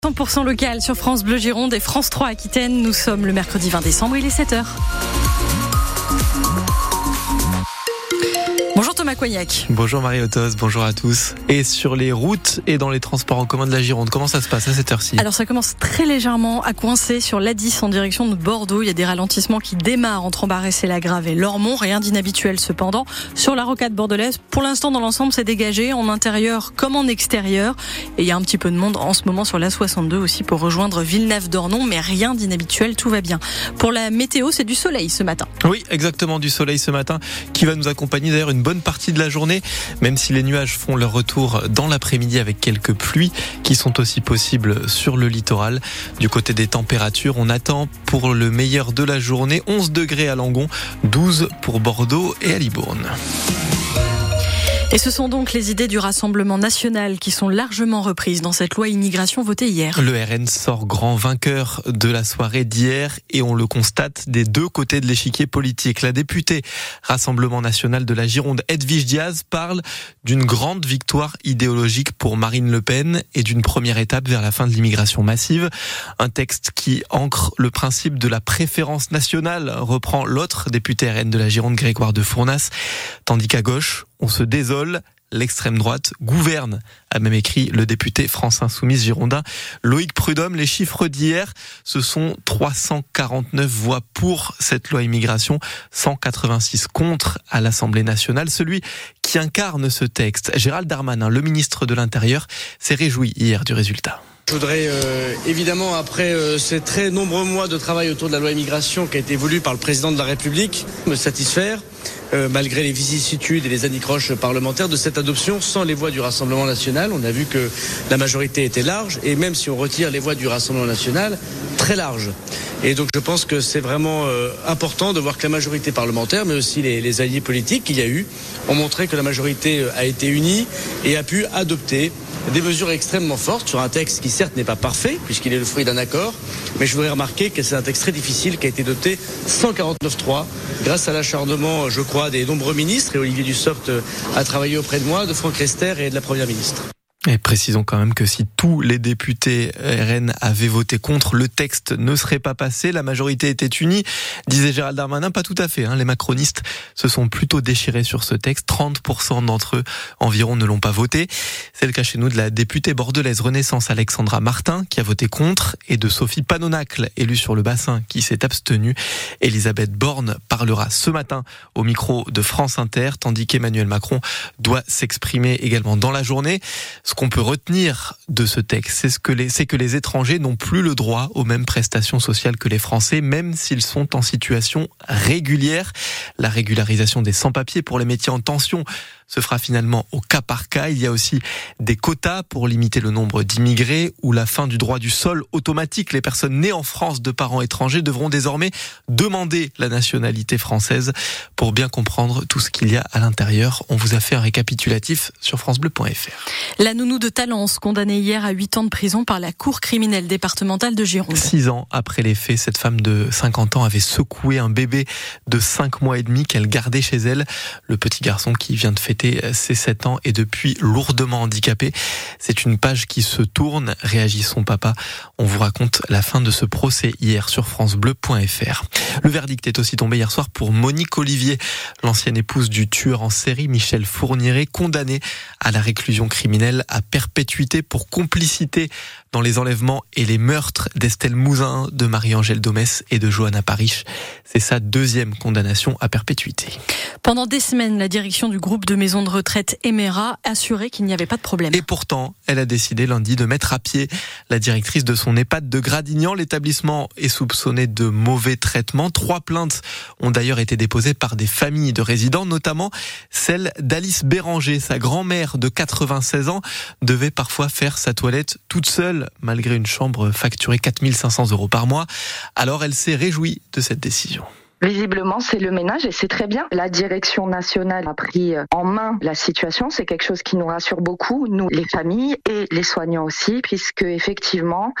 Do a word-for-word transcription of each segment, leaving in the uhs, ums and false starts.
cent pour cent local sur France Bleu Gironde et France trois Aquitaine. Nous sommes le mercredi vingt décembre, il est sept heures. Bonjour Thomas Coignac. Bonjour Marie-Autos, bonjour à tous. Et sur les routes et dans les transports en commun de la Gironde, comment ça se passe à cette heure-ci ? Alors ça commence très légèrement à coincer sur l'A dix en direction de Bordeaux. Il y a des ralentissements qui démarrent entre Ambarès-et-Lagrave et Lormont. Rien d'inhabituel cependant. Sur la rocade bordelaise, pour l'instant dans l'ensemble c'est dégagé, en intérieur comme en extérieur. Et il y a un petit peu de monde en ce moment sur l'A soixante-deux aussi pour rejoindre Villeneuve-d'Ornon, mais rien d'inhabituel, tout va bien. Pour la météo, c'est du soleil ce matin. Oui, exactement, du soleil ce matin qui va nous accompagner d'ailleurs une bonne partie de la journée, même si les nuages font leur retour dans l'après-midi avec quelques pluies qui sont aussi possibles sur le littoral. Du côté des températures, on attend pour le meilleur de la journée onze degrés à Langon, douze pour Bordeaux et à Libourne. Et ce sont donc les idées du Rassemblement national qui sont largement reprises dans cette loi immigration votée hier. Le R N sort grand vainqueur de la soirée d'hier et on le constate des deux côtés de l'échiquier politique. La députée Rassemblement national de la Gironde, Edwige Diaz, parle d'une grande victoire idéologique pour Marine Le Pen et d'une première étape vers la fin de l'immigration massive. Un texte qui ancre le principe de la préférence nationale, reprend l'autre député R N de la Gironde, Grégoire de Fournas, tandis qu'à gauche, on se désole, l'extrême droite gouverne, a même écrit le député France Insoumise girondin Loïc Prudhomme. Les chiffres d'hier, ce sont trois cent quarante-neuf voix pour cette loi immigration, cent quatre-vingt-six contre à l'Assemblée nationale. Celui qui incarne ce texte, Gérald Darmanin, le ministre de l'Intérieur, s'est réjoui hier du résultat. Je voudrais euh, évidemment, après euh, ces très nombreux mois de travail autour de la loi immigration qui a été voulue par le président de la République, me satisfaire, euh, malgré les vicissitudes et les anicroches parlementaires, de cette adoption sans les voix du Rassemblement national. On a vu que la majorité était large et même si on retire les voix du Rassemblement national, très large. Et donc je pense que c'est vraiment euh, important de voir que la majorité parlementaire, mais aussi les, les alliés politiques qu'il y a eu, ont montré que la majorité a été unie et a pu adopter des mesures extrêmement fortes sur un texte qui certes n'est pas parfait puisqu'il est le fruit d'un accord, mais je voudrais remarquer que c'est un texte très difficile qui a été adopté cent quarante-neuf trois grâce à l'acharnement, je crois, des nombreux ministres, et Olivier Dussopt a travaillé auprès de moi, de Franck Rester et de la Première ministre. Et précisons quand même que si tous les députés R N avaient voté contre, le texte ne serait pas passé. La majorité était unie, disait Gérald Darmanin. Pas tout à fait, hein. Les macronistes se sont plutôt déchirés sur ce texte. trente pour cent d'entre eux environ ne l'ont pas voté. C'est le cas chez nous de la députée bordelaise Renaissance Alexandra Martin qui a voté contre et de Sophie Panonacle, élue sur le bassin, qui s'est abstenue. Elisabeth Borne parlera ce matin au micro de France Inter, tandis qu'Emmanuel Macron doit s'exprimer également dans la journée. Ce qu'on peut retenir de ce texte, c'est, ce que les, c'est que les étrangers n'ont plus le droit aux mêmes prestations sociales que les Français, même s'ils sont en situation régulière. La régularisation des sans-papiers pour les métiers en tension se fera finalement au cas par cas. Il y a aussi des quotas pour limiter le nombre d'immigrés ou la fin du droit du sol automatique. Les personnes nées en France de parents étrangers devront désormais demander la nationalité française. Pour bien comprendre tout ce qu'il y a à l'intérieur, on vous a fait un récapitulatif sur francebleu point f r. La nounou de Talence, condamnée hier à huit ans de prison par la cour criminelle départementale de Gironde. Six ans après les faits, cette femme de cinquante ans avait secoué un bébé de cinq mois et demi qu'elle gardait chez elle. Le petit garçon qui vient de fêter ses sept ans est depuis lourdement handicapé. C'est une page qui se tourne, réagit son papa. On vous raconte la fin de ce procès hier sur francebleu point f r. Le verdict est aussi tombé hier soir pour Monique Olivier, l'ancienne épouse du tueur en série Michel Fourniret, condamnée à la réclusion criminelle à perpétuité pour complicité dans les enlèvements et les meurtres d'Estelle Mouzin, de Marie-Angèle Domès et de Johanna Parish. C'est sa deuxième condamnation à perpétuité. Pendant des semaines, la direction du groupe de maisons de retraite Emera assurait qu'il n'y avait pas de problème. Et pourtant, elle a décidé lundi de mettre à pied la directrice de son EHPAD de Gradignan. L'établissement est soupçonné de mauvais traitement. Trois plaintes ont d'ailleurs été déposées par des familles de résidents, notamment celle d'Alice Béranger. Sa grand-mère de quatre-vingt-seize ans devait parfois faire sa toilette toute seule, malgré une chambre facturée quatre mille cinq cents euros par mois. Alors elle s'est réjouie de cette décision. Visiblement, c'est le ménage et c'est très bien. La direction nationale a pris en main la situation. C'est quelque chose qui nous rassure beaucoup, nous, les familles et les soignants aussi, puisque effectivement,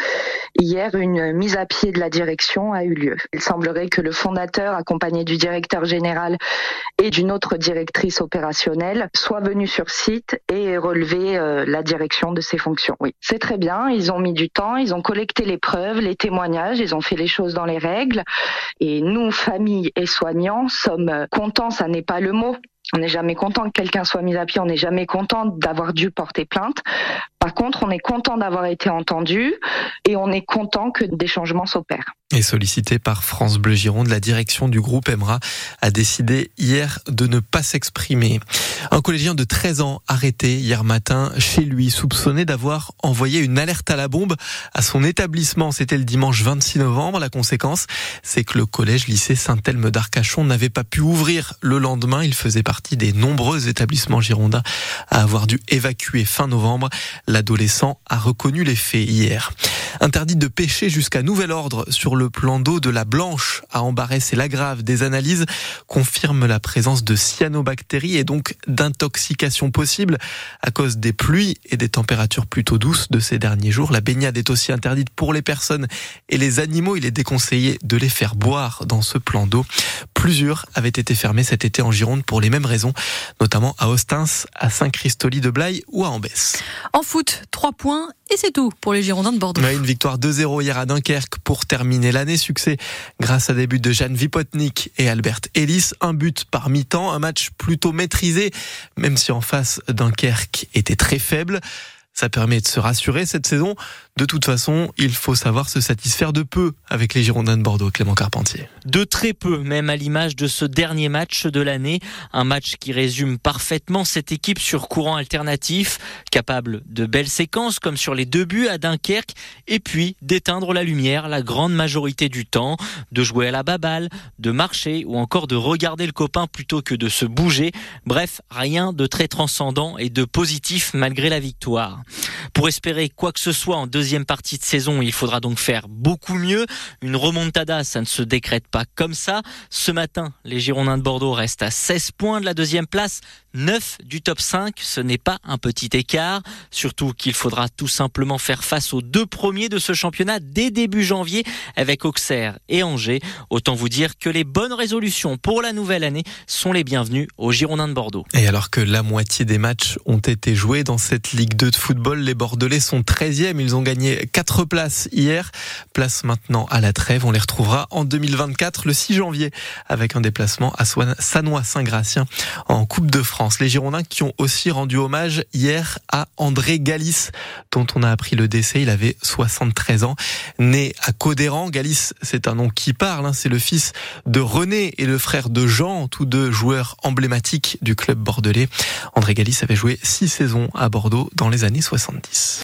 Hier, une mise à pied de la direction a eu lieu. Il semblerait que le fondateur, accompagné du directeur général et d'une autre directrice opérationnelle, soit venu sur site et relevé euh, la direction de ses fonctions. Oui, c'est très bien. Ils ont mis du temps, ils ont collecté les preuves, les témoignages, ils ont fait les choses dans les règles. Et nous, famille et soignants, sommes contents, ça n'est pas le mot. On n'est jamais content que quelqu'un soit mis à pied, on n'est jamais content d'avoir dû porter plainte. Par contre, on est content d'avoir été entendu et on est content que des changements s'opèrent. Et sollicité par France Bleu Gironde, la direction du groupe Emera a décidé hier de ne pas s'exprimer. Un collégien de treize ans arrêté hier matin chez lui, soupçonné d'avoir envoyé une alerte à la bombe à son établissement. C'était le dimanche vingt-six novembre. La conséquence, c'est que le collège-lycée Saint-Elme d'Arcachon n'avait pas pu ouvrir le lendemain. Il faisait partie des nombreux établissements girondins à avoir dû évacuer fin novembre. L'adolescent a reconnu les faits hier. Interdit de pêcher jusqu'à nouvel ordre sur le plan d'eau de la Blanche à Ambarès et la Grave. Des analyses confirment la présence de cyanobactéries et donc d'intoxication possible à cause des pluies et des températures plutôt douces de ces derniers jours. La baignade est aussi interdite pour les personnes et les animaux. Il est déconseillé de les faire boire dans ce plan d'eau. Plusieurs avaient été fermés cet été en Gironde pour les mêmes raisons, notamment à Ostens, à Saint-Christoli-de-Blaye ou à Ambès. En foot, trois points et c'est tout pour les Girondins de Bordeaux. Ouais, une victoire deux zéro hier à Dunkerque pour terminer l'année. Succès grâce à des buts de Jeanne Vipotnik et Albert Ellis. Un but par mi-temps, un match plutôt maîtrisé, même si en face Dunkerque était très faible. Ça permet de se rassurer cette saison. De toute façon, il faut savoir se satisfaire de peu avec les Girondins de Bordeaux, Clément Carpentier. De très peu, même à l'image de ce dernier match de l'année. Un match qui résume parfaitement cette équipe sur courant alternatif, capable de belles séquences comme sur les deux buts à Dunkerque, et puis d'éteindre la lumière la grande majorité du temps, de jouer à la baballe, de marcher ou encore de regarder le copain plutôt que de se bouger. Bref, rien de très transcendant et de positif malgré la victoire. Pour espérer quoi que ce soit en deuxième partie de saison, il faudra donc faire beaucoup mieux. Une remontada, ça ne se décrète pas comme ça. Ce matin, les Girondins de Bordeaux restent à seize points de la deuxième place, neuf du top cinq. Ce n'est pas un petit écart. Surtout qu'il faudra tout simplement faire face aux deux premiers de ce championnat dès début janvier avec Auxerre et Angers. Autant vous dire que les bonnes résolutions pour la nouvelle année sont les bienvenues aux Girondins de Bordeaux. Et alors que la moitié des matchs ont été joués dans cette Ligue deux de football, les Bordelais sont treizième. Ils ont gagné quatre places hier. Place maintenant à la trêve. On les retrouvera en deux mille vingt-quatre, le six janvier, avec un déplacement à Sannois-Saint-Gratien en Coupe de France. Les Girondins qui ont aussi rendu hommage hier à André Galis, dont on a appris le décès. Il avait soixante-treize ans. Né à Codéran, Galis, c'est un nom qui parle. Hein. C'est le fils de René et le frère de Jean, tous deux joueurs emblématiques du club bordelais. André Galis avait joué six saisons à Bordeaux dans les années soixante-dix.